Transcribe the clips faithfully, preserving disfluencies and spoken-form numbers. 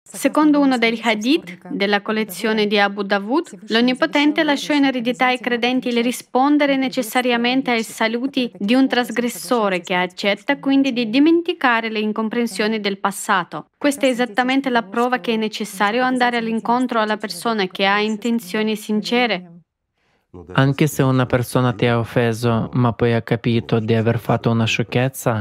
Secondo uno degli hadith della collezione di Abu Dawud, l'Onnipotente lasciò in eredità ai credenti il rispondere necessariamente ai saluti di un trasgressore che accetta quindi di dimenticare le incomprensioni del passato. Questa è esattamente la prova che è necessario andare all'incontro alla persona che ha intenzioni sincere. Anche se una persona ti ha offeso, ma poi ha capito di aver fatto una sciocchezza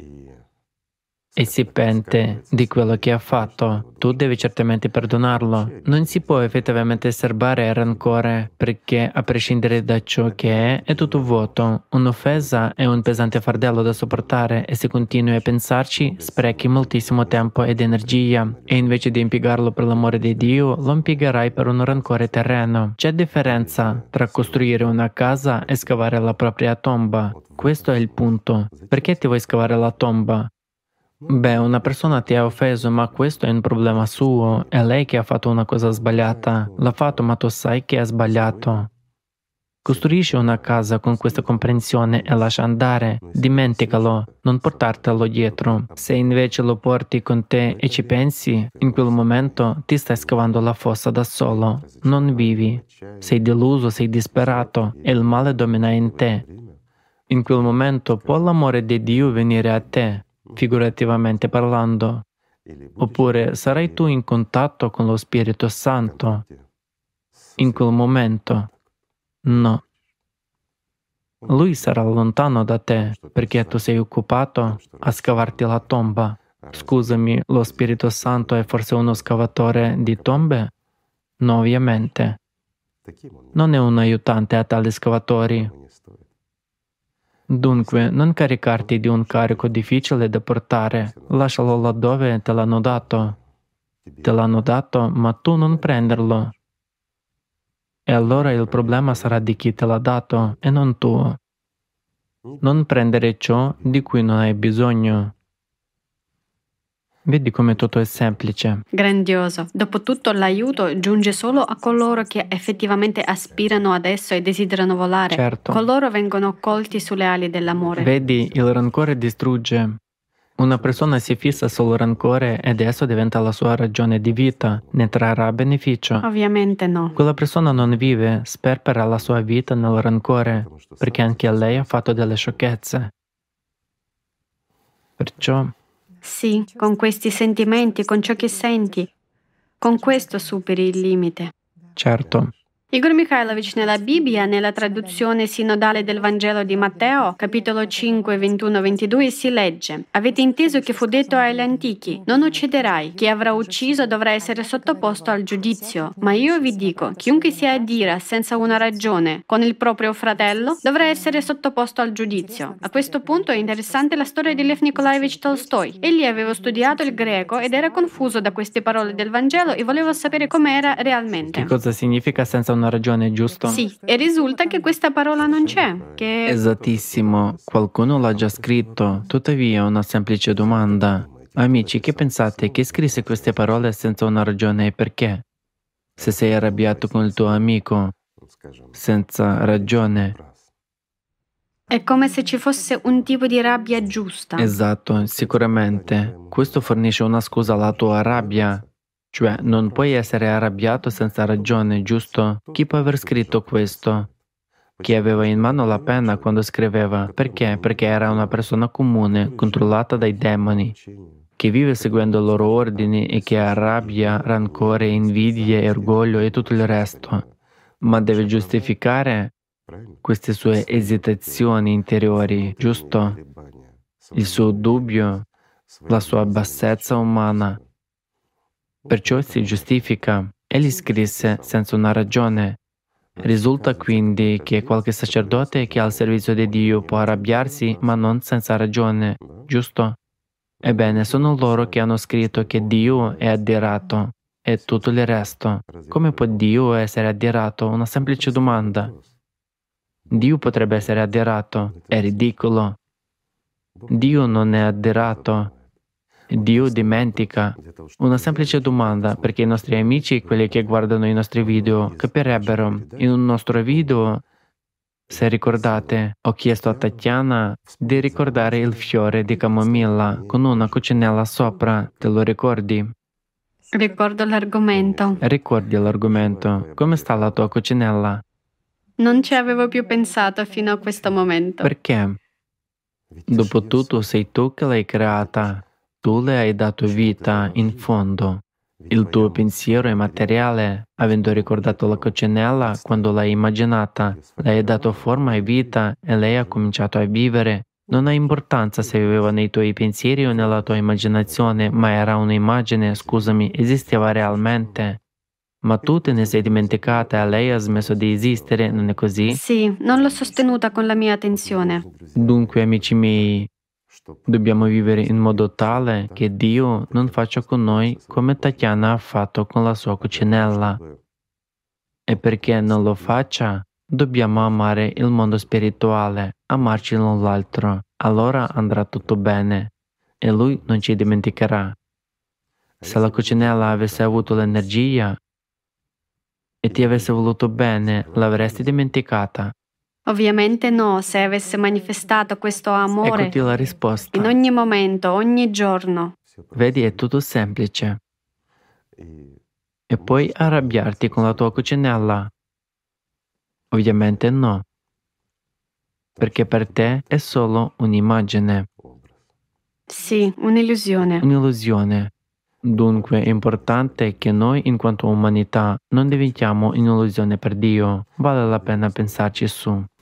e si pente di quello che ha fatto, tu devi certamente perdonarlo. Non si può effettivamente serbare il rancore, perché a prescindere da ciò che è, è tutto vuoto. Un'offesa è un pesante fardello da sopportare e se continui a pensarci, sprechi moltissimo tempo ed energia. E invece di impiegarlo per l'amore di Dio, lo impiegherai per un rancore terreno. C'è differenza tra costruire una casa e scavare la propria tomba. Questo è il punto. Perché ti vuoi scavare la tomba? Beh, una persona ti ha offeso, ma questo è un problema suo. È lei che ha fatto una cosa sbagliata. L'ha fatto, ma tu sai che ha sbagliato. Costruisci una casa con questa comprensione e lascia andare. Dimenticalo, non portartelo dietro. Se invece lo porti con te e ci pensi, in quel momento ti stai scavando la fossa da solo. Non vivi. Sei deluso, sei disperato e il male domina in te. In quel momento può l'amore di Dio venire a te, figurativamente parlando, oppure sarai tu in contatto con lo Spirito Santo. In quel momento, no. Lui sarà lontano da te perché tu sei occupato a scavarti la tomba. Scusami, lo Spirito Santo è forse uno scavatore di tombe? No, ovviamente. Non è un aiutante a tali scavatori. Dunque, non caricarti di un carico difficile da portare, lascialo laddove te l'hanno dato. Te l'hanno dato, ma tu non prenderlo. E allora il problema sarà di chi te l'ha dato e non tuo. Non prendere ciò di cui non hai bisogno. Vedi come tutto è semplice. Grandioso. Dopotutto l'aiuto giunge solo a coloro che effettivamente aspirano ad esso e desiderano volare. Certo. Coloro vengono colti sulle ali dell'amore. Vedi, il rancore distrugge. Una persona si fissa sul rancore ed esso diventa la sua ragione di vita. Ne trarrà beneficio? Ovviamente no. Quella persona non vive, sperpera la sua vita nel rancore, perché anche lei ha fatto delle sciocchezze. Perciò Sì, con questi sentimenti, con ciò che senti, con questo superi il limite. certo. Igor Mikhailovich, nella Bibbia, nella traduzione sinodale del Vangelo di Matteo, capitolo cinque, ventuno ventidue, si legge: Avete inteso che fu detto agli antichi, non ucciderai, chi avrà ucciso dovrà essere sottoposto al giudizio. Ma io vi dico, chiunque si adira senza una ragione con il proprio fratello dovrà essere sottoposto al giudizio. A questo punto è interessante la storia di Lev Nikolaevich Tolstoi. Egli aveva studiato il greco ed era confuso da queste parole del Vangelo e voleva sapere com'era realmente. Che cosa significa senza una ragione, giusto? Sì, e risulta che questa parola non c'è, che... Esattissimo, qualcuno l'ha già scritto, tuttavia una semplice domanda. Amici, che pensate? Chi scrisse queste parole senza una ragione e perché? Se sei arrabbiato con il tuo amico, senza ragione. È come se ci fosse un tipo di rabbia giusta. Esatto, sicuramente. Questo fornisce una scusa alla tua rabbia. Cioè, non puoi essere arrabbiato senza ragione, giusto? Chi può aver scritto questo? Chi aveva in mano la penna quando scriveva? Perché? Perché era una persona comune, controllata dai demoni, che vive seguendo i loro ordini e che ha rabbia, rancore, invidia, orgoglio e tutto il resto. Ma deve giustificare queste sue esitazioni interiori, giusto? Il suo dubbio, la sua bassezza umana. Perciò si giustifica. Egli scrisse senza una ragione. Risulta quindi che qualche sacerdote che è al servizio di Dio può arrabbiarsi, ma non senza ragione, giusto? Ebbene, sono loro che hanno scritto che Dio è addirato e tutto il resto. Come può Dio essere addirato? Una semplice domanda. Dio potrebbe essere addirato? È ridicolo. Dio non è addirato. Dio dimentica. Una semplice domanda, perché i nostri amici, quelli che guardano i nostri video, capirebbero. In un nostro video, se ricordate, ho chiesto a Tatiana di ricordare il fiore di camomilla con una coccinella sopra, te lo ricordi? Ricordo l'argomento. Ricordi l'argomento? Come sta la tua cucinella? Non ci avevo più pensato fino a questo momento. Perché? Dopotutto sei tu che l'hai creata. Tu le hai dato vita, in fondo. Il tuo pensiero è materiale, avendo ricordato la cucinella quando l'hai immaginata, le hai dato forma e vita e lei ha cominciato a vivere. Non ha importanza se viveva nei tuoi pensieri o nella tua immaginazione, ma era un'immagine, scusami, esisteva realmente. Ma tu te ne sei dimenticata e lei ha smesso di esistere, non è così? Sì, non l'ho sostenuta con la mia attenzione. Dunque, amici miei, dobbiamo vivere in modo tale che Dio non faccia con noi come Tatiana ha fatto con la sua cucinella. E perché non lo faccia, dobbiamo amare il mondo spirituale, amarci l'un l'altro. Allora andrà tutto bene e Lui non ci dimenticherà. Se la cucinella avesse avuto l'energia e ti avesse voluto bene, l'avresti dimenticata? Ovviamente no, se avesse manifestato questo amore Eccoti la risposta. in ogni momento, ogni giorno. Vedi, è tutto semplice. E puoi arrabbiarti con la tua cucinella? Ovviamente no, perché per te è solo un'immagine, Sì, un'illusione. un'illusione. Dunque è importante che noi in quanto umanità non diventiamo un'illusione per Dio. Vale la pena pensarci su.